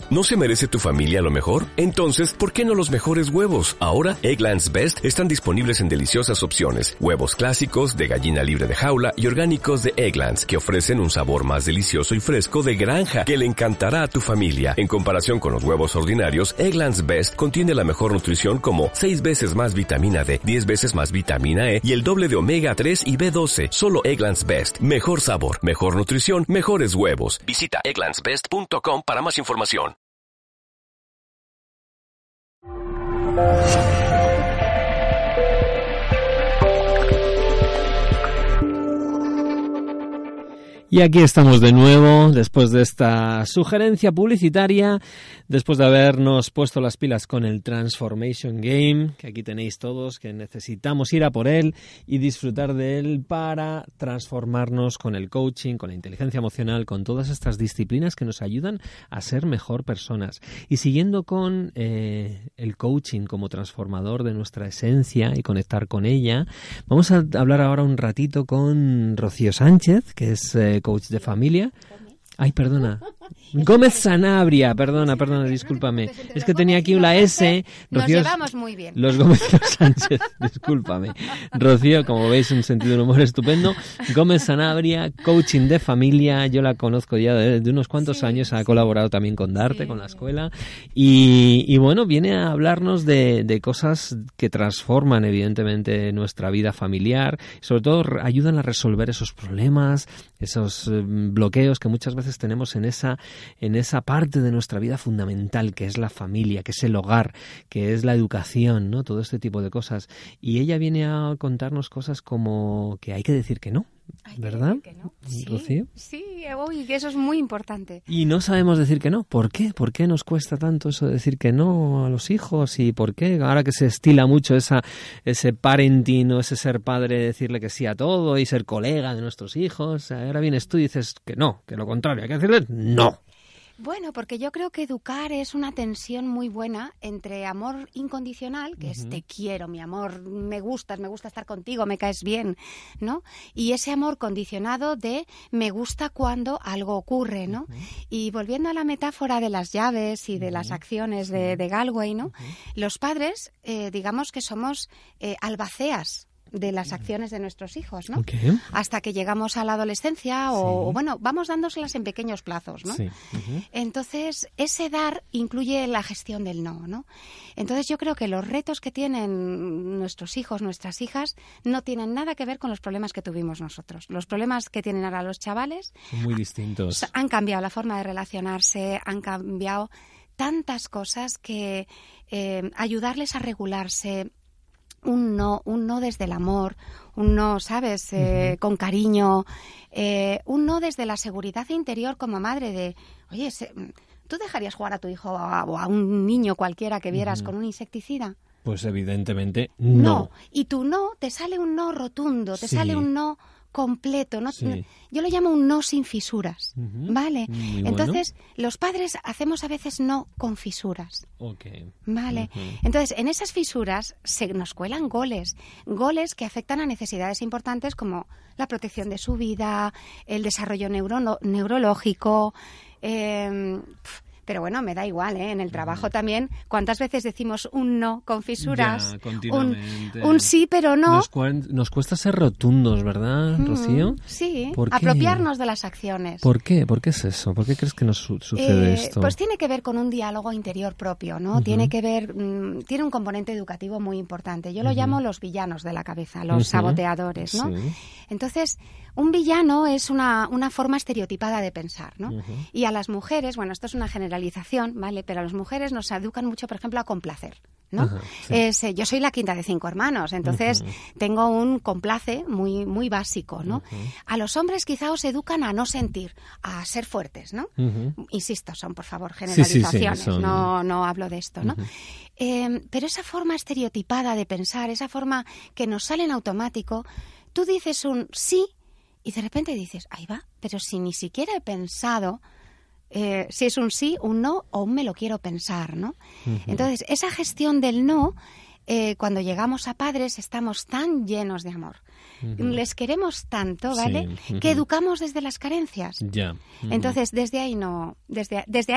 ¿No se merece tu familia lo mejor? Entonces, ¿por qué no los mejores huevos? Ahora, Eggland's Best están disponibles en deliciosas opciones. Huevos clásicos, de gallina libre de jaula y orgánicos de Eggland's, que ofrecen un sabor más delicioso y fresco de granja que le encantará a tu familia. En comparación con los huevos ordinarios, Eggland's Best contiene la mejor nutrición como 6 veces más vitamina D, 10 veces más vitamina E y el doble de omega 3 y B12. Solo Eggland's Best. Mejor sabor, mejor nutrición, mejores huevos. Visita egglandsbest.com para más información. Y aquí estamos de nuevo, después de esta sugerencia publicitaria, después de habernos puesto las pilas con el Transformation Game, que aquí tenéis todos, que necesitamos ir a por él y disfrutar de él para transformarnos con el coaching, con la inteligencia emocional, con todas estas disciplinas que nos ayudan a ser mejor personas. Y siguiendo con el coaching como transformador de nuestra esencia y conectar con ella, vamos a hablar ahora un ratito con Rocío Sánchez, que es coach de familia. Ay, perdona. Gómez Sanabria, perdona, discúlpame. Es que tenía aquí una S. Nos llevamos muy bien. Los Gómez Sánchez, discúlpame. Rocío, como veis, un sentido del humor estupendo. Gómez Sanabria, coaching de familia. Yo la conozco ya de unos cuantos años. Ha colaborado también con Darte, con la escuela. Y bueno, viene a hablarnos de cosas que transforman, evidentemente, nuestra vida familiar. Sobre todo, ayudan a resolver esos problemas, esos bloqueos que muchas veces tenemos en esa parte de nuestra vida fundamental, que es la familia, que es el hogar, que es la educación, ¿no? Todo este tipo de cosas. Y ella viene a contarnos cosas como que hay que decir que no, ¿verdad? Que no. Sí, Rocío. Sí, y que eso es muy importante. Y no sabemos decir que no. ¿Por qué? ¿Por qué nos cuesta tanto eso de decir que no a los hijos? ¿Y por qué? Ahora que se estila mucho ese parenting, o ese ser padre, decirle que sí a todo y ser colega de nuestros hijos. Ahora vienes tú y dices que no, que lo contrario, hay que decirles no. Bueno, porque yo creo que educar es una tensión muy buena entre amor incondicional, que es te quiero, mi amor, me gusta estar contigo, me caes bien, ¿no? Y ese amor condicionado de me gusta cuando algo ocurre, ¿no? Y volviendo a la metáfora de las llaves y de las acciones de Galway, ¿no? Los padres, digamos que somos albaceas de las acciones de nuestros hijos, ¿no? Okay. Hasta que llegamos a la adolescencia o bueno, vamos dándoselas en pequeños plazos, ¿no? Sí. Entonces, ese dar incluye la gestión del no, ¿no? Entonces, yo creo que los retos que tienen nuestros hijos, nuestras hijas, no tienen nada que ver con los problemas que tuvimos nosotros. Los problemas que tienen ahora los chavales son muy distintos. Han cambiado la forma de relacionarse, han cambiado tantas cosas que ayudarles a regularse. Un no desde el amor, un no, ¿sabes?, con cariño, un no desde la seguridad interior como madre de, oye, ¿tú dejarías jugar a tu hijo o a un niño cualquiera que vieras con un insecticida? Pues evidentemente no. Y tu no, te sale un no rotundo, te sale un no completo, ¿no? Sí. Yo lo llamo un no sin fisuras, ¿vale? Entonces, los padres hacemos a veces no con fisuras, ¿vale? Entonces, en esas fisuras se nos cuelan goles que afectan a necesidades importantes como la protección de su vida, el desarrollo neurológico, pero bueno, me da igual, ¿eh? En el trabajo también, ¿cuántas veces decimos un no con fisuras? Ya, continuamente. Un sí, pero no. Nos cuesta ser rotundos, ¿verdad, Rocío? Sí, apropiarnos de las acciones. ¿Por qué? ¿Por qué es eso? ¿Por qué crees que nos sucede esto? Pues tiene que ver con un diálogo interior propio, ¿no? Tiene que ver, tiene un componente educativo muy importante. Yo lo llamo los villanos de la cabeza, los saboteadores, ¿no? Sí. Entonces, un villano es una forma estereotipada de pensar, ¿no? Y a las mujeres, bueno, esto es una generalización, ¿vale? Pero a las mujeres nos educan mucho, por ejemplo, a complacer, ¿no? Yo soy la quinta de 5 hermanos, entonces tengo un complace muy, muy básico, ¿no? A los hombres quizá os educan a no sentir, a ser fuertes, ¿no? Insisto, son, por favor, generalizaciones, no hablo de esto, ¿no? Pero esa forma estereotipada de pensar, esa forma que nos sale en automático, tú dices un sí y de repente dices, ahí va, pero si ni siquiera he pensado si es un sí, un no o un me lo quiero pensar, ¿no? Entonces, esa gestión del no, cuando llegamos a padres estamos tan llenos de amor. Les queremos tanto, ¿vale? Que educamos desde las carencias. Ya. Entonces, desde ahí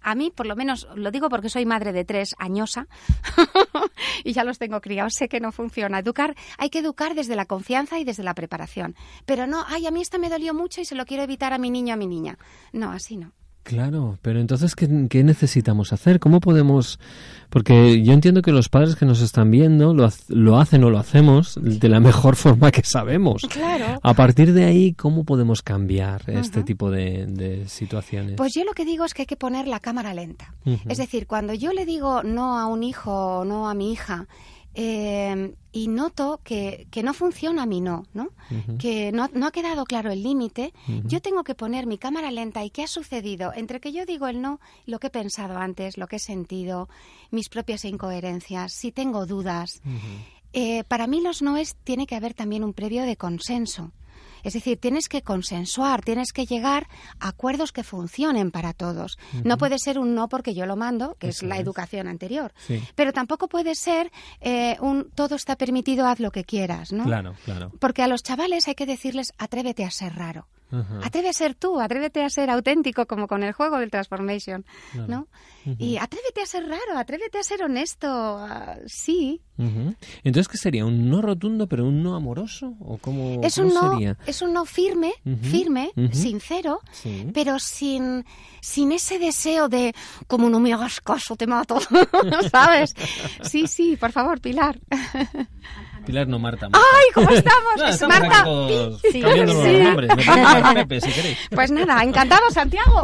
a mí, por lo menos, lo digo porque soy madre de 3, añosa, y ya los tengo criados, sé que no funciona. Hay que educar desde la confianza y desde la preparación. Pero no, a mí esto me dolió mucho y se lo quiero evitar a mi niño, a mi niña. No, así no. Claro, pero entonces, ¿qué necesitamos hacer? ¿Cómo podemos...? Porque yo entiendo que los padres que nos están viendo lo hacen o lo hacemos de la mejor forma que sabemos. Claro. A partir de ahí, ¿cómo podemos cambiar este tipo de situaciones? Pues yo lo que digo es que hay que poner la cámara lenta. Es decir, cuando yo le digo no a un hijo o no a mi hija... y noto que no funciona mi no, que no ha quedado claro el límite, yo tengo que poner mi cámara lenta. ¿Y qué ha sucedido? Entre que yo digo el no, lo que he pensado antes, lo que he sentido, mis propias incoherencias, si tengo dudas. Para mí los noes tiene que haber también un previo de consenso. Es decir, tienes que consensuar, tienes que llegar a acuerdos que funcionen para todos. No puede ser un no porque yo lo mando, que es la educación anterior. Sí. Pero tampoco puede ser todo está permitido, haz lo que quieras, ¿no? Claro, claro. Porque a los chavales hay que decirles, atrévete a ser raro. Atrévete a ser tú, atrévete a ser auténtico, como con el juego del Transformation, ¿no? Y atrévete a ser raro, atrévete a ser honesto, sí. Entonces, ¿qué sería? ¿Un no rotundo, pero un no amoroso? ¿O cómo sería? Es un no firme, sincero, sí. Pero sin ese deseo de, como no me hagas caso, te mato, ¿sabes? Sí, por favor, Pilar. Pilar, no, Marta. ¡Ay, cómo estamos! No, es Marta. Sí, cambiándonos los nombres. Me pongo Pepe, si queréis. Pues nada, encantado, Santiago.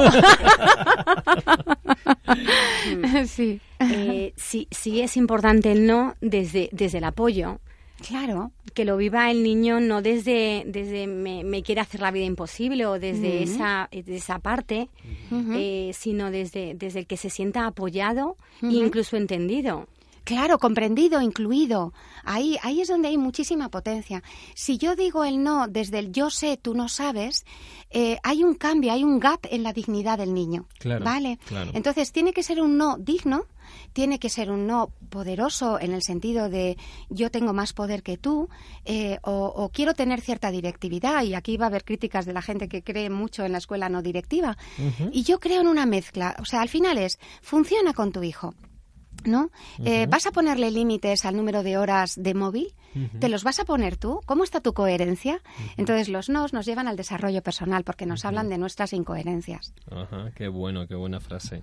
Sí. Sí es importante el no desde el apoyo. Claro. Que lo viva el niño no desde me quiere hacer la vida imposible o desde esa parte, sino desde el que se sienta apoyado e incluso entendido. Claro, comprendido, incluido. Ahí es donde hay muchísima potencia. Si yo digo el no desde el yo sé, tú no sabes, hay un cambio, hay un gap en la dignidad del niño. Claro, ¿vale? Claro. Entonces, tiene que ser un no digno, tiene que ser un no poderoso en el sentido de yo tengo más poder que tú, o quiero tener cierta directividad, y aquí va a haber críticas de la gente que cree mucho en la escuela no directiva. Y yo creo en una mezcla. O sea, al final funciona con tu hijo, ¿no? ¿Vas a ponerle límites al número de horas de móvil? ¿Te los vas a poner tú? ¿Cómo está tu coherencia? Entonces los nos llevan al desarrollo personal porque nos hablan de nuestras incoherencias. Ajá, qué buena frase.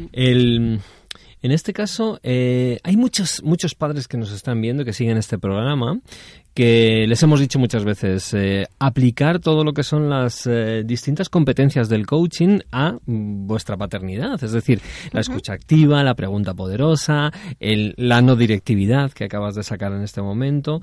En este caso, hay muchos padres que nos están viendo, que siguen este programa, que les hemos dicho muchas veces, aplicar todo lo que son las distintas competencias del coaching a vuestra paternidad. Es decir, la escucha activa, la pregunta poderosa, la no directividad que acabas de sacar en este momento.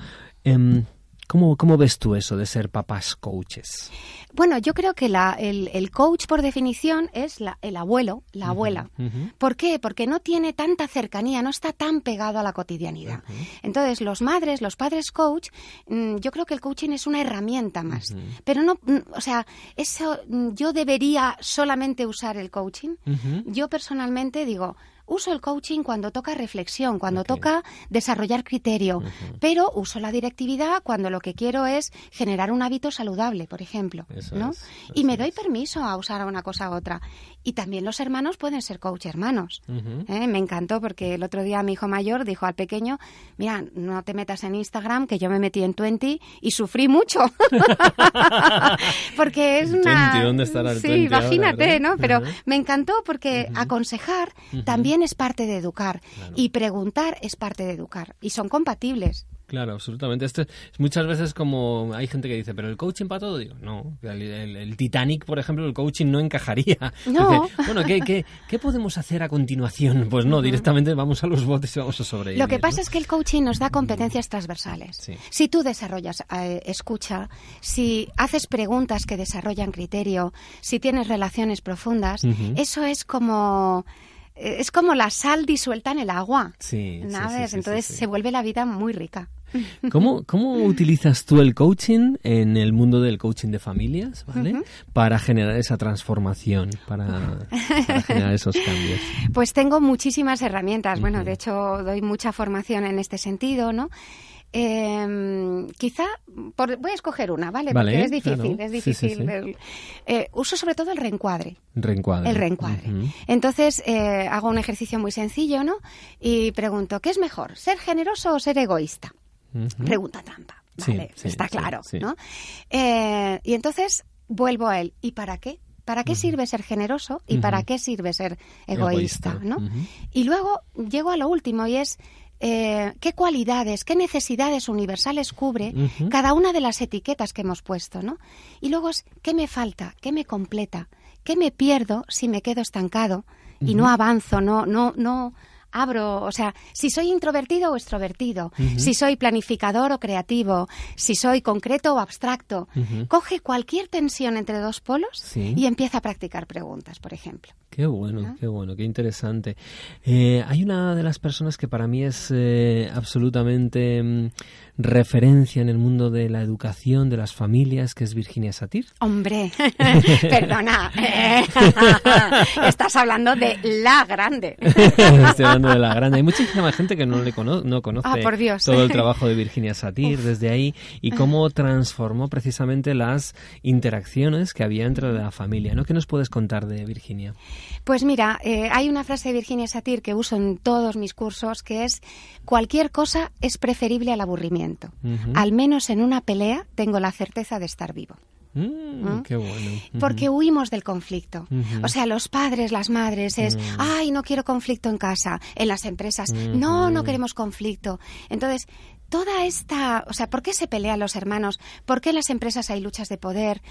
¿Cómo ves tú eso de ser papás coaches? Bueno, yo creo que el coach, por definición, es el abuelo, la abuela. ¿Por qué? Porque no tiene tanta cercanía, no está tan pegado a la cotidianidad. Entonces, los padres coach, yo creo que el coaching es una herramienta más. Pero no, o sea, yo debería solamente usar el coaching. Yo personalmente digo, uso el coaching cuando toca reflexión, cuando toca desarrollar criterio, pero uso la directividad cuando lo que quiero es generar un hábito saludable, por ejemplo, ¿no? Y me doy permiso a usar una cosa u otra. Y también los hermanos pueden ser coach hermanos. Me encantó porque el otro día mi hijo mayor dijo al pequeño, mira, no te metas en Instagram, que yo me metí en 20 y sufrí mucho. Porque es una... 20, ¿dónde estará el 20 Sí, imagínate, ahora, ¿no? Pero me encantó porque aconsejar también es parte de educar, y preguntar es parte de educar, y son compatibles. Claro, absolutamente. Esto es muchas veces como hay gente que dice, pero el coaching para todo, digo, no, el Titanic, por ejemplo, el coaching no encajaría. No. Dice, bueno, ¿qué podemos hacer a continuación? Pues no, directamente vamos a los botes y vamos a sobrevivir. Lo que pasa es que el coaching nos da competencias transversales. Sí. Si tú desarrollas escucha, si haces preguntas que desarrollan criterio, si tienes relaciones profundas, eso es como la sal disuelta en el agua. Sí, ¿sabes? Entonces se vuelve la vida muy rica. ¿Cómo utilizas tú el coaching en el mundo del coaching de familias, ¿vale? Para generar esa transformación, para generar esos cambios? Pues tengo muchísimas herramientas. Bueno, de hecho, doy mucha formación en este sentido, ¿no? quizá, voy a escoger una, ¿vale? Porque es difícil, claro. Es difícil. Sí. Uso sobre todo el reencuadre. El reencuadre. Uh-huh. Entonces, hago un ejercicio muy sencillo, ¿no? Y pregunto, ¿qué es mejor, ser generoso o ser egoísta? Uh-huh. Pregunta trampa, ¿vale? Sí, está claro, sí. ¿No? Y entonces vuelvo a él. ¿Y para qué? ¿Para qué sirve ser generoso y para qué sirve ser egoísta? ¿No? Uh-huh. Y luego llego a lo último y es qué cualidades, qué necesidades universales cubre cada una de las etiquetas que hemos puesto, ¿no? Y luego es qué me falta, qué me completa, qué me pierdo si me quedo estancado y no avanzo, no abro, o sea, si soy introvertido o extrovertido, si soy planificador o creativo, si soy concreto o abstracto. Coge cualquier tensión entre dos polos y empieza a practicar preguntas, por ejemplo. Qué bueno, ¿no? Qué bueno, qué interesante. Hay una de las personas que para mí es absolutamente referencia en el mundo de la educación, de las familias, que es Virginia Satir. ¡Hombre! Perdona. Estás hablando de la grande. Estoy hablando de la grande. Hay muchísima gente que no conoce por Dios. Todo el trabajo de Virginia Satir desde ahí y cómo transformó precisamente las interacciones que había entre la familia, ¿no? ¿Qué nos puedes contar de Virginia? Pues mira, hay una frase de Virginia Satir que uso en todos mis cursos que es: cualquier cosa es preferible al aburrimiento. Al menos en una pelea tengo la certeza de estar vivo. Qué bueno. Porque huimos del conflicto. O sea, los padres, las madres es, ay, no quiero conflicto en casa. En las empresas, no queremos conflicto. Entonces, toda esta, o sea, ¿por qué se pelean los hermanos? ¿Por qué en las empresas hay luchas de poder?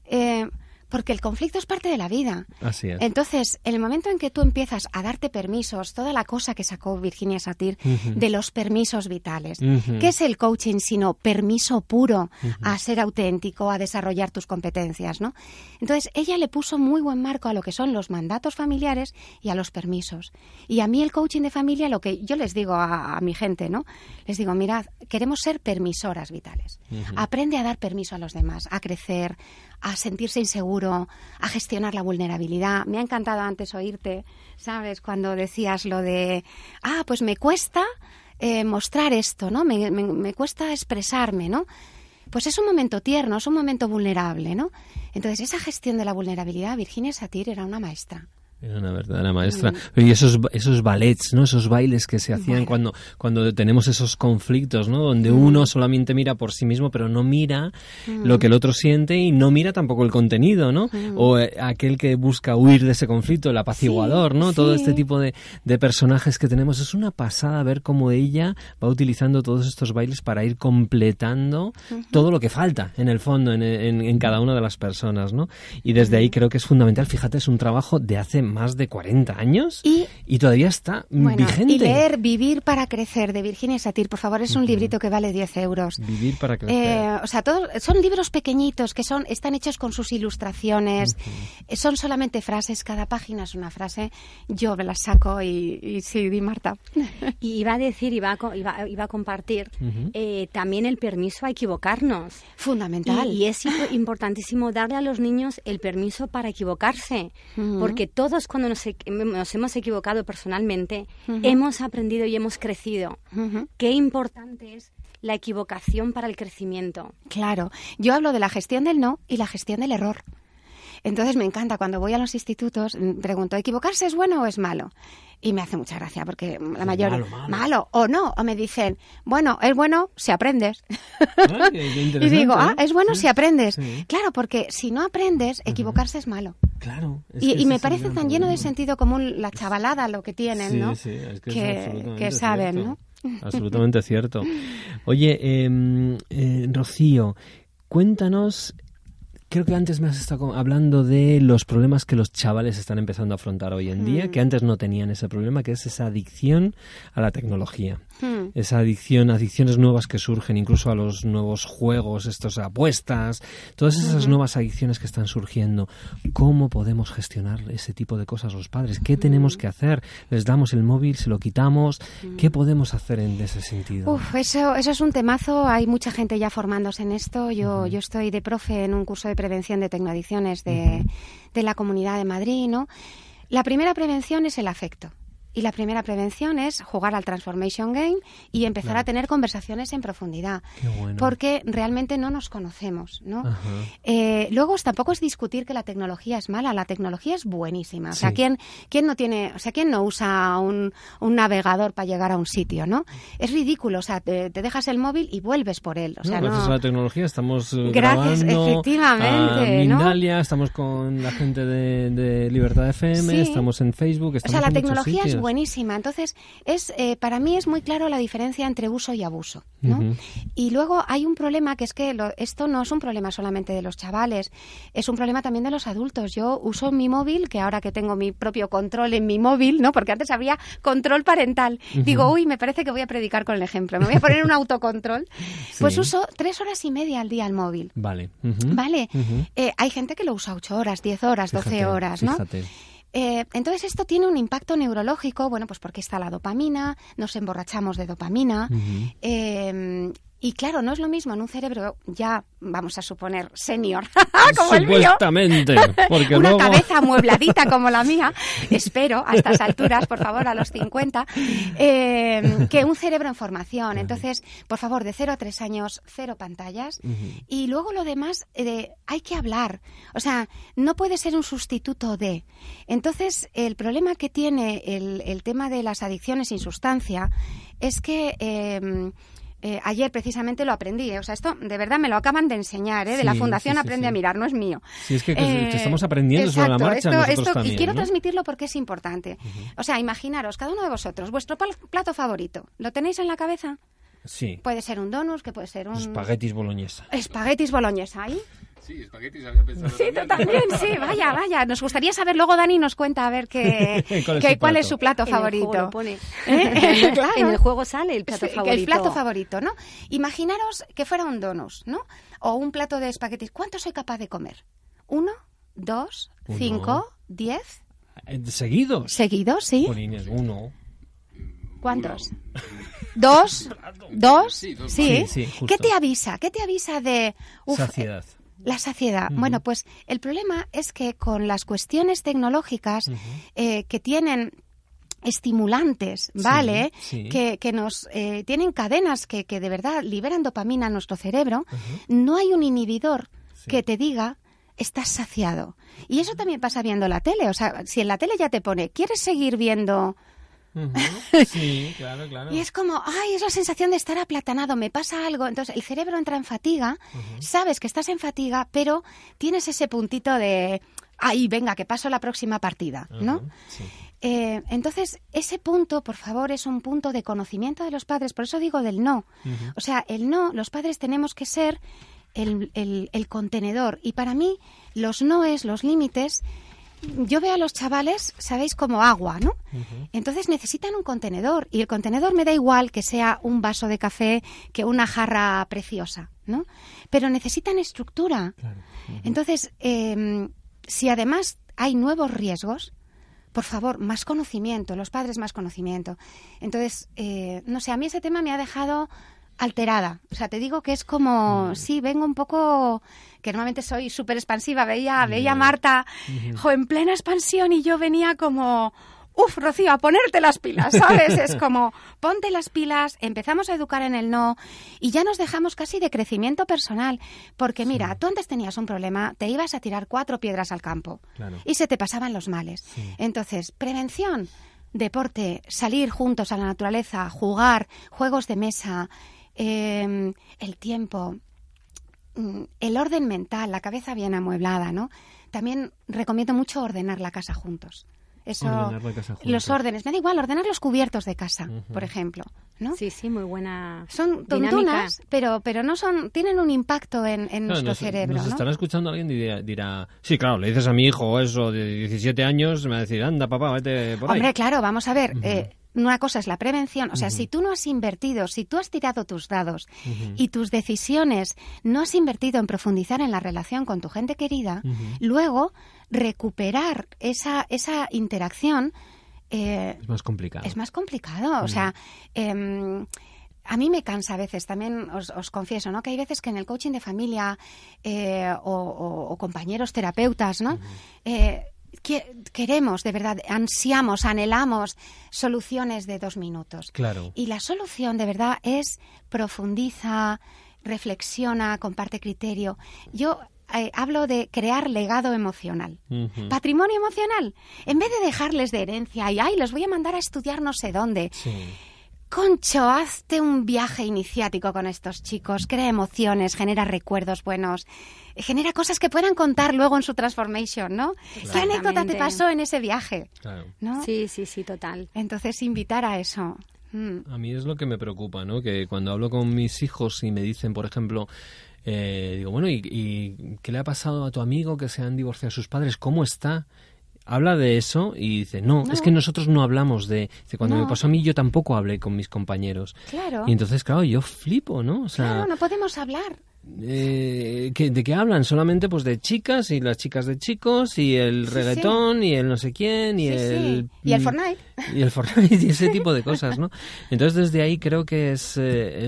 Porque el conflicto es parte de la vida. Así es. Entonces, en el momento en que tú empiezas a darte permisos, toda la cosa que sacó Virginia Satir de los permisos vitales, ¿qué es el coaching sino permiso puro a ser auténtico, a desarrollar tus competencias, ¿no? Entonces, ella le puso muy buen marco a lo que son los mandatos familiares y a los permisos. Y a mí el coaching de familia, lo que yo les digo a mi gente, ¿no? Les digo, mirad, queremos ser permisoras vitales. Aprende a dar permiso a los demás, a crecer, a sentirse inseguro, a gestionar la vulnerabilidad. Me ha encantado antes oírte, ¿sabes? Cuando decías lo de, pues me cuesta mostrar esto, ¿no? Me cuesta expresarme, ¿no? Pues es un momento tierno, es un momento vulnerable, ¿no? Entonces, esa gestión de la vulnerabilidad, Virginia Satir era una maestra. Era una verdadera maestra. Y esos ballets, ¿no? Esos bailes que se hacían cuando tenemos esos conflictos, ¿no? Donde uno solamente mira por sí mismo, pero no mira lo que el otro siente y no mira tampoco el contenido, ¿no? O aquel que busca huir de ese conflicto, el apaciguador, ¿no? Todo este tipo de personajes que tenemos. Es una pasada ver cómo ella va utilizando todos estos bailes para ir completando todo lo que falta, en el fondo, en cada una de las personas, ¿no? Y desde ahí creo que es fundamental. Fíjate, es un trabajo de hace más de 40 años y todavía está vigente. Y leer Vivir para crecer de Virginia Satir, por favor, es un librito que vale 10 euros. Vivir para crecer. O sea, son libros pequeñitos que están hechos con sus ilustraciones, son solamente frases, cada página es una frase. Yo me las saco y sí, di Marta. Y iba a decir, iba a compartir también el permiso a equivocarnos. Fundamental. Y es importantísimo darle a los niños el permiso para equivocarse, porque todos cuando nos hemos equivocado personalmente, hemos aprendido y hemos crecido. Qué importante es la equivocación para el crecimiento. Claro. Yo hablo de la gestión del no y la gestión del error. Entonces me encanta, cuando voy a los institutos, pregunto, ¿equivocarse es bueno o es malo? Y me hace mucha gracia porque la mayoría, malo o no, o me dicen, bueno, es bueno si aprendes. Y digo, es bueno si aprendes. Sí. Claro, porque si no aprendes, equivocarse es malo. Claro. Y me parece tan lleno de sentido común la chavalada lo que tienen, ¿no? Sí, es que saben, cierto, ¿no? Absolutamente cierto. Oye, Rocío, cuéntanos. Creo que antes me has estado hablando de los problemas que los chavales están empezando a afrontar hoy en día, que antes no tenían ese problema, que es esa adicción a la tecnología. Esa adicciones nuevas que surgen, incluso a los nuevos juegos, estos apuestas, todas esas nuevas adicciones que están surgiendo. ¿Cómo podemos gestionar ese tipo de cosas los padres? ¿Qué tenemos que hacer? ¿Les damos el móvil? ¿Se lo quitamos? ¿Qué podemos hacer en ese sentido? Eso es un temazo. Hay mucha gente ya formándose en esto. Yo estoy de profe en un curso de prevención de tecnoadicciones de la Comunidad de Madrid, ¿no? La primera prevención es el afecto. Y la primera prevención es jugar al Transformation Game y empezar a tener conversaciones en profundidad. Qué bueno. Porque realmente no nos conocemos, ¿no? Luego tampoco es discutir que la tecnología es mala, la tecnología es buenísima. O sea, ¿quién no usa un navegador para llegar a un sitio, ¿no? Es ridículo, o sea, te dejas el móvil y vuelves por él. O sea, gracias a la tecnología estamos gracias, grabando efectivamente, a Mindalia, estamos con la gente de Libertad FM, estamos en Facebook, estamos la en tecnología muchos es buenísima. Entonces, para mí es muy claro la diferencia entre uso y abuso, ¿no? Y luego hay un problema que es que esto no es un problema solamente de los chavales, es un problema también de los adultos. Yo uso mi móvil, que ahora que tengo mi propio control en mi móvil, ¿no? Porque antes había control parental. Digo, me parece que voy a predicar con el ejemplo. Me voy a poner un autocontrol. Pues uso 3 horas y media al día el móvil. Vale. Vale. Hay gente que lo usa 8 horas, 10 horas, 12 horas, ¿no? Fíjate. Entonces esto tiene un impacto neurológico, bueno, pues porque está la dopamina, nos emborrachamos de dopamina, y claro, no es lo mismo en un cerebro ya, vamos a suponer, senior, como el mío, porque una luego... cabeza amuebladita como la mía, espero, a estas alturas, por favor, a los 50, que un cerebro en formación. Entonces, por favor, de 0 a 3 años, 0 pantallas, y luego lo demás, hay que hablar, o sea, no puede ser un sustituto de. Entonces, el problema que tiene el tema de las adicciones sin sustancia es que... ayer precisamente lo aprendí, o sea, esto de verdad me lo acaban de enseñar, de la Fundación Aprende a Mirar, no es mío. Sí, es que estamos aprendiendo sobre la marcha nosotros también, y quiero ¿no? transmitirlo porque es importante. O sea, imaginaros, cada uno de vosotros, vuestro plato favorito, ¿lo tenéis en la cabeza? Sí. Puede ser un donus, que puede ser un... Espaguetis boloñesa. Espaguetis boloñesa, ¿ahí? Sí, espaguetis había pensado. Sí, tú también, sí, vaya. Nos gustaría saber, luego Dani nos cuenta a ver cuál es su plato favorito. En el juego lo pone. Claro. En el juego sale el plato favorito. El plato favorito, ¿no? Imaginaros que fuera un donus, ¿no? O un plato de espaguetis. ¿Cuánto soy capaz de comer? 1, 2, 5, 10. ¿Seguidos? ¿Seguidos, sí? Polines, 1. ¿Cuántos? 2. Sí. Justo. ¿Qué te avisa de... Saciedad. La saciedad. Bueno, pues el problema es que con las cuestiones tecnológicas que tienen estimulantes, ¿vale? Sí. Que nos tienen cadenas que de verdad liberan dopamina a nuestro cerebro, no hay un inhibidor que te diga estás saciado. Y eso también pasa viendo la tele. O sea, si en la tele ya te pone, ¿quieres seguir viendo...? Sí, claro. Y es como, es la sensación de estar aplatanado, me pasa algo. Entonces el cerebro entra en fatiga, sabes que estás en fatiga, pero tienes ese puntito de, venga, que paso la próxima partida, ¿no? Sí. Entonces ese punto, por favor, es un punto de conocimiento de los padres. Por eso digo del no. O sea, el no, los padres tenemos que ser el contenedor. Y para mí, los noes, los límites... Yo veo a los chavales, sabéis, como agua, ¿no? Entonces necesitan un contenedor, y el contenedor me da igual que sea un vaso de café que una jarra preciosa, ¿no? Pero necesitan estructura. Claro. Entonces, si además hay nuevos riesgos, por favor, más conocimiento, los padres más conocimiento. Entonces, no sé, a mí ese tema me ha dejado alterada. O sea, te digo que es como, sí, vengo un poco, que normalmente soy súper expansiva, veía a Marta en plena expansión y yo venía como, Rocío, a ponerte las pilas, ¿sabes? Es como, ponte las pilas, empezamos a educar en el no y ya nos dejamos casi de crecimiento personal. Porque mira, tú antes tenías un problema, te ibas a tirar 4 piedras al campo y se te pasaban los males. Sí. Entonces, prevención, deporte, salir juntos a la naturaleza, jugar, juegos de mesa, el tiempo, el orden mental, la cabeza bien amueblada, ¿no? También recomiendo mucho ordenar la casa juntos. Eso, los órdenes, me da igual, ordenar los cubiertos de casa, por ejemplo, ¿no? Sí, muy buena. Son tontunas, pero no son, tienen un impacto en nuestro cerebro, nos ¿no? estará escuchando alguien y dirá, sí, claro, le dices a mi hijo eso de 17 años, me va a decir, anda, papá, vete por ahí. Hombre, claro, vamos a ver, una cosa es la prevención, o sea, si tú no has invertido, si tú has tirado tus dados y tus decisiones no has invertido en profundizar en la relación con tu gente querida, luego recuperar esa interacción es más complicado. Es más complicado, o sea, a mí me cansa a veces, también os confieso, ¿no? Que hay veces que en el coaching de familia o compañeros terapeutas, ¿no? queremos, de verdad, ansiamos, anhelamos soluciones de 2 minutos. Claro. Y la solución, de verdad, es profundiza, reflexiona, comparte criterio. Yo hablo de crear legado emocional, patrimonio emocional. En vez de dejarles de herencia y los voy a mandar a estudiar no sé dónde. Sí. Concho, hazte un viaje iniciático con estos chicos, crea emociones, genera recuerdos buenos, genera cosas que puedan contar luego en su transformation, ¿no? ¿Qué anécdota te pasó en ese viaje? Claro. ¿No? Sí, total. Entonces, invitar a eso. A mí es lo que me preocupa, ¿no? Que cuando hablo con mis hijos y me dicen, por ejemplo, digo, bueno, ¿y qué le ha pasado a tu amigo que se han divorciado sus padres? ¿Cómo está? Habla de eso y dice, no, es que nosotros no hablamos de... Dice, cuando me pasó a mí yo tampoco hablé con mis compañeros. Claro. Y entonces, claro, yo flipo, ¿no? O sea, claro, no podemos hablar. ¿De qué hablan? Solamente pues de chicas y las chicas de chicos y el reggaetón y el no sé quién y el... Y el Fortnite. Y el Fortnite y ese tipo de cosas, ¿no? Entonces desde ahí creo que es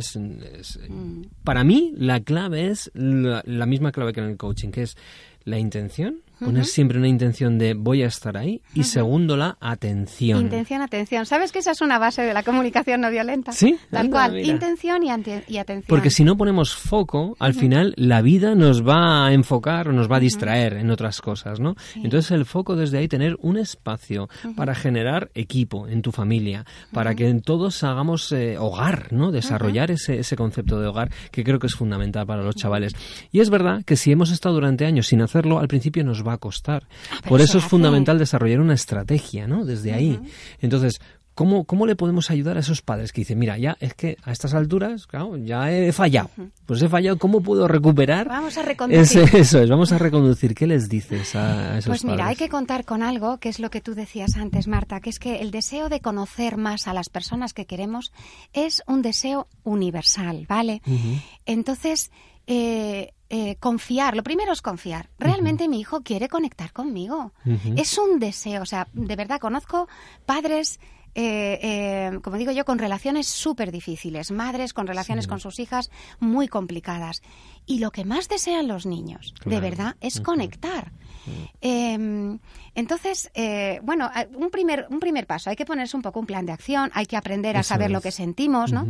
para mí la clave es la misma clave que en el coaching, que es la intención. Poner siempre una intención de voy a estar ahí y segundo la atención. Intención, atención. ¿Sabes que esa es una base de la comunicación no violenta? Sí. Tal cual. Mira. Intención y atención. Porque si no ponemos foco, al final la vida nos va a enfocar o nos va a distraer en otras cosas, ¿no? Sí. Entonces el foco desde ahí, tener un espacio para generar equipo en tu familia, para que todos hagamos hogar, ¿no? Desarrollar ese concepto de hogar que creo que es fundamental para los chavales. Y es verdad que si hemos estado durante años sin hacerlo, al principio nos va a costar. Por eso es fundamental desarrollar una estrategia, ¿no? Desde ahí. Entonces, ¿cómo le podemos ayudar a esos padres que dicen, mira, ya es que a estas alturas, claro, ya he fallado. Pues he fallado, ¿cómo puedo recuperar? Vamos a reconducir. Vamos a reconducir. ¿Qué les dices a esos Pues mira, padres? hay que contar con algo, que es lo que tú decías antes, Marta, que es que el deseo de conocer más a las personas que queremos es un deseo universal, ¿vale? Entonces, confiar, lo primero es confiar. Realmente mi hijo quiere conectar conmigo. Es un deseo, o sea, de verdad conozco padres, como digo yo, con relaciones súper difíciles, madres con relaciones con sus hijas muy complicadas. Y lo que más desean los niños, de verdad, es conectar. Entonces, bueno, un primer paso, hay que ponerse un poco un plan de acción, hay que aprender a saber lo que sentimos, ¿no?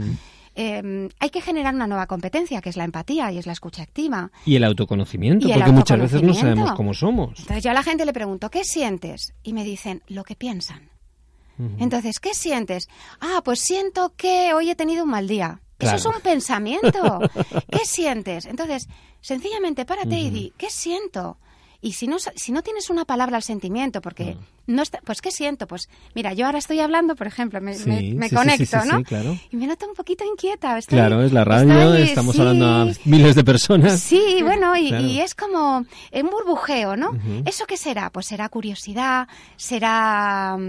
Hay que generar una nueva competencia, que es la empatía y es la escucha activa. Y el autoconocimiento, porque muchas veces no sabemos cómo somos. Entonces yo a la gente le pregunto, ¿qué sientes? Y me dicen, lo que piensan. Entonces, ¿qué sientes? Pues siento que hoy he tenido un mal día. Claro. Eso es un pensamiento. ¿Qué sientes? Entonces, sencillamente párate y di, ¿qué siento? Y si no tienes una palabra al sentimiento, porque no está, pues ¿qué siento? Pues mira, yo ahora estoy hablando, por ejemplo, me conecto, ¿no? Sí, claro. Y me noto un poquito inquieta. Claro, es la radio, estamos hablando a miles de personas. Sí, bueno, y es como un burbujeo, ¿no? ¿Eso qué será? Pues será curiosidad, será...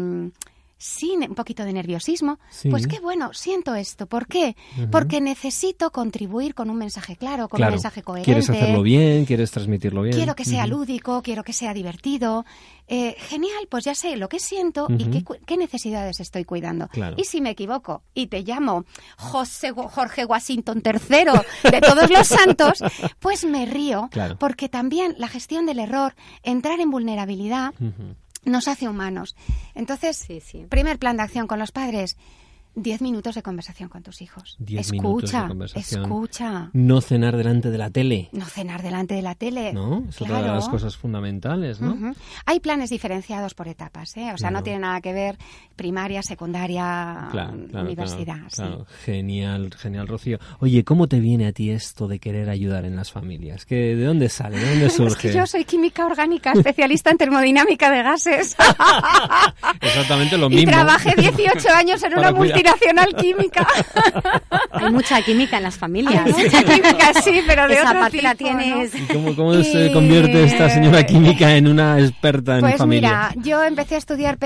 sí, un poquito de nerviosismo. Pues qué bueno, siento esto. ¿Por qué? Porque necesito contribuir con un mensaje claro, con un mensaje coherente. Quieres hacerlo bien, quieres transmitirlo bien. Quiero que sea lúdico, quiero que sea divertido. Genial, pues ya sé lo que siento y qué necesidades estoy cuidando. Claro. Y si me equivoco y te llamo Jorge Washington III de todos los santos, pues me río. Claro. Porque también la gestión del error, entrar en vulnerabilidad... nos hace humanos. Entonces, primer plan de acción con los padres, 10 minutos de conversación con tus hijos. 10 minutos de conversación. Escucha. No cenar delante de la tele. No cenar delante de la tele. ¿No? Es otra de las cosas fundamentales, ¿no? Hay planes diferenciados por etapas, ¿eh? O sea, no tiene nada que ver primaria, secundaria, universidad. Claro. Genial, Rocío. Oye, ¿cómo te viene a ti esto de querer ayudar en las familias? ¿De dónde sale? ¿De dónde surge? Es que yo soy química orgánica, especialista en termodinámica de gases. Exactamente lo mismo. Y trabajé 18 años en una multinacional química. Hay mucha química en las familias. Hay mucha química, sí, pero de esa otro parte tipo, la tienes. ¿no? ¿Cómo se convierte esta señora química en una experta en familia? Pues mira, yo empecé a estudiar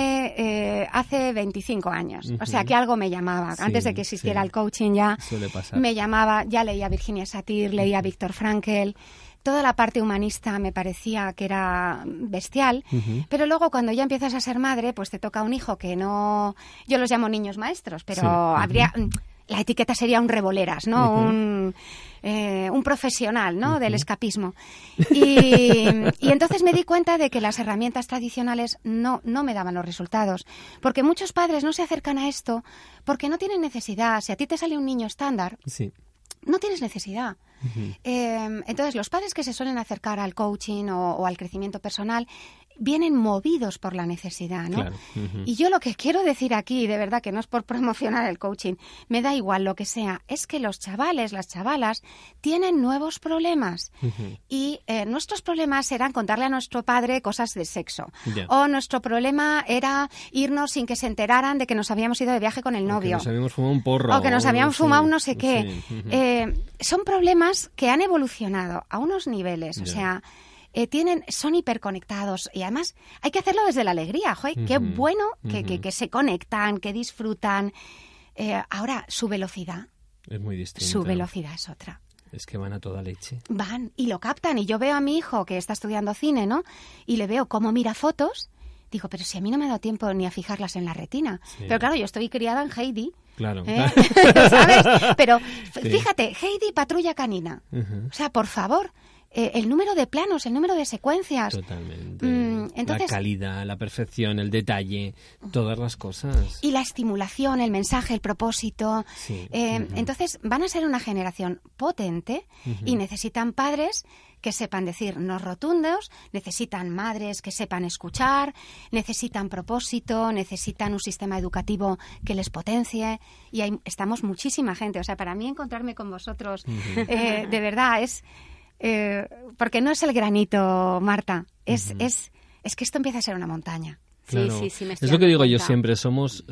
PNL hace 25 años. O sea, que algo me llamaba. Antes de que existiera el coaching ya me llamaba. Ya leía Virginia Satir, leía Viktor Frankl. Toda la parte humanista me parecía que era bestial, pero luego cuando ya empiezas a ser madre, pues te toca un hijo que no... Yo los llamo niños maestros, pero habría... La etiqueta sería un revoleras, ¿no? un profesional, ¿no? Del escapismo. Y entonces me di cuenta de que las herramientas tradicionales no me daban los resultados. Porque muchos padres no se acercan a esto porque no tienen necesidad. Si a ti te sale un niño estándar, no tienes necesidad. Entonces, los padres que se suelen acercar al coaching o al crecimiento personal vienen movidos por la necesidad, ¿no? Claro. Y yo lo que quiero decir aquí, de verdad, que no es por promocionar el coaching, me da igual lo que sea, es que los chavales, las chavalas, tienen nuevos problemas. Y nuestros problemas eran contarle a nuestro padre cosas de sexo. O nuestro problema era irnos sin que se enteraran de que nos habíamos ido de viaje con el novio. O que nos habíamos fumado un porro. O que nos habíamos fumado no sé qué. Son problemas que han evolucionado a unos niveles, o sea... son hiperconectados y además hay que hacerlo desde la alegría. ¡Joder! Qué bueno que se conectan, que disfrutan. Ahora, su velocidad. Es muy distinta. Su velocidad es otra. Es que van a toda leche. Van y lo captan. Y yo veo a mi hijo que está estudiando cine, ¿no? Y le veo cómo mira fotos. Digo, pero si a mí no me ha dado tiempo ni a fijarlas en la retina. Sí. Pero claro, yo estoy criada en Heidi. Claro. ¿Sabes? Pero fíjate, Heidi Patrulla Canina. O sea, por favor... el número de planos, el número de secuencias. Totalmente. Entonces, la calidad, la perfección, el detalle, todas las cosas. Y la estimulación, el mensaje, el propósito. Sí. Entonces van a ser una generación potente y necesitan padres que sepan decir no rotundos, necesitan madres que sepan escuchar, necesitan propósito, necesitan un sistema educativo que les potencie. Y ahí estamos muchísima gente. O sea, para mí encontrarme con vosotros, de verdad, es... porque no es el granito, Marta, es que esto empieza a ser una montaña. Claro. Sí, me estoy es lo que digo cuenta. yo siempre, somos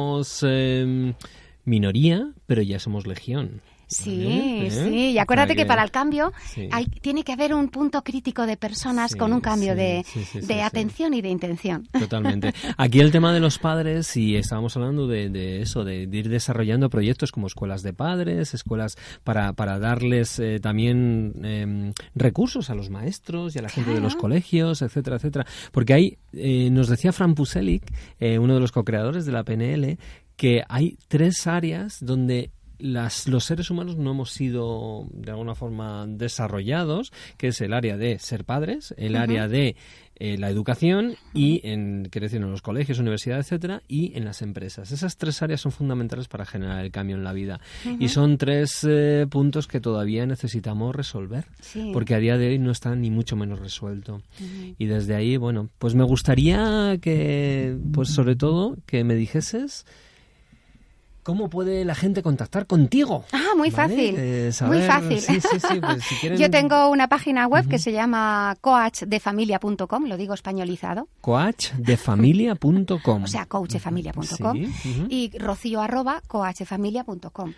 minoría, pero ya somos legión. Sí, sí, y acuérdate que para el cambio tiene que haber un punto crítico de personas con un cambio de atención y de intención. Totalmente. Aquí el tema de los padres, y estábamos hablando de eso, de ir desarrollando proyectos como escuelas de padres, escuelas para darles también recursos a los maestros y a la gente de los colegios, etcétera, etcétera. Porque hay, nos decía Fran Puselic, uno de los co-creadores de la PNL, que hay 3 áreas donde los seres humanos no hemos sido de alguna forma desarrollados, que es el área de ser padres, el área de la educación y en los colegios, universidades, etcétera, y en las empresas. Esas 3 áreas son fundamentales para generar el cambio en la vida. Y son 3 puntos que todavía necesitamos resolver, porque a día de hoy no está ni mucho menos resuelto. Y desde ahí, bueno, pues me gustaría que, pues sobre todo, que me dijeses ¿cómo puede la gente contactar contigo? Muy fácil, muy fácil. Sí, pues si quieren... Yo tengo una página web que se llama coachdefamilia.com, lo digo españolizado. Coachdefamilia.com. O sea, coachdefamilia.com. Y rocío@coachdefamilia.com.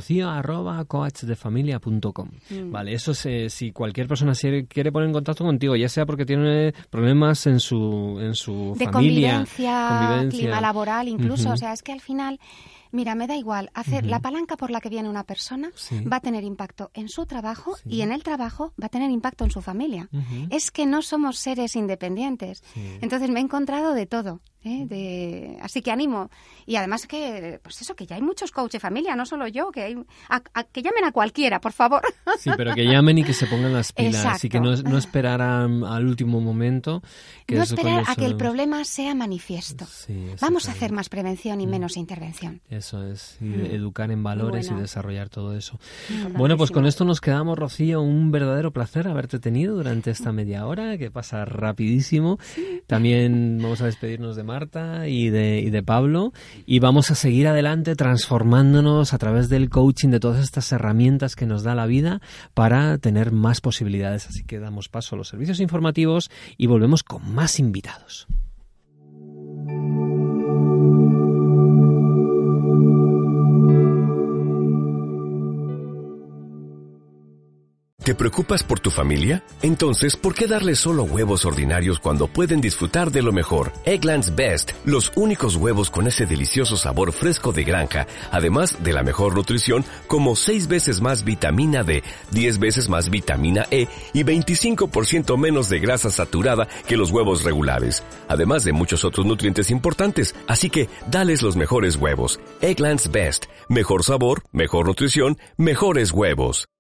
Rocío@coachdefamilia.com. Vale, eso es, si cualquier persona quiere poner en contacto contigo, ya sea porque tiene problemas en su de familia, convivencia, clima laboral incluso, o sea, es que al final... Mira, me da igual. La palanca por la que viene una persona va a tener impacto en su trabajo y en el trabajo va a tener impacto en su familia. Es que no somos seres independientes. Entonces me he encontrado de todo. Así que animo. Y además que, pues eso, que ya hay muchos coaches de familia, no solo yo, que hay que llamen a cualquiera, por favor. Sí, pero que llamen y que se pongan las pilas. Exacto. Y que no esperaran al último momento. No esperar a que el problema sea manifiesto. Vamos a hacer más prevención y menos intervención. Eso es, y educar en valores y desarrollar todo eso. Bueno, pues con esto nos quedamos, Rocío. Un verdadero placer haberte tenido durante esta media hora, que pasa rapidísimo. También vamos a despedirnos de Marta y de Pablo, y vamos a seguir adelante transformándonos a través del coaching, de todas estas herramientas que nos da la vida para tener más posibilidades. Así que damos paso a los servicios informativos y volvemos con más invitados. ¿Te preocupas por tu familia? Entonces, ¿por qué darles solo huevos ordinarios cuando pueden disfrutar de lo mejor? Eggland's Best, los únicos huevos con ese delicioso sabor fresco de granja, además de la mejor nutrición, como 6 veces más vitamina D, 10 veces más vitamina E y 25% menos de grasa saturada que los huevos regulares, además de muchos otros nutrientes importantes. Así que, dales los mejores huevos. Eggland's Best, mejor sabor, mejor nutrición, mejores huevos.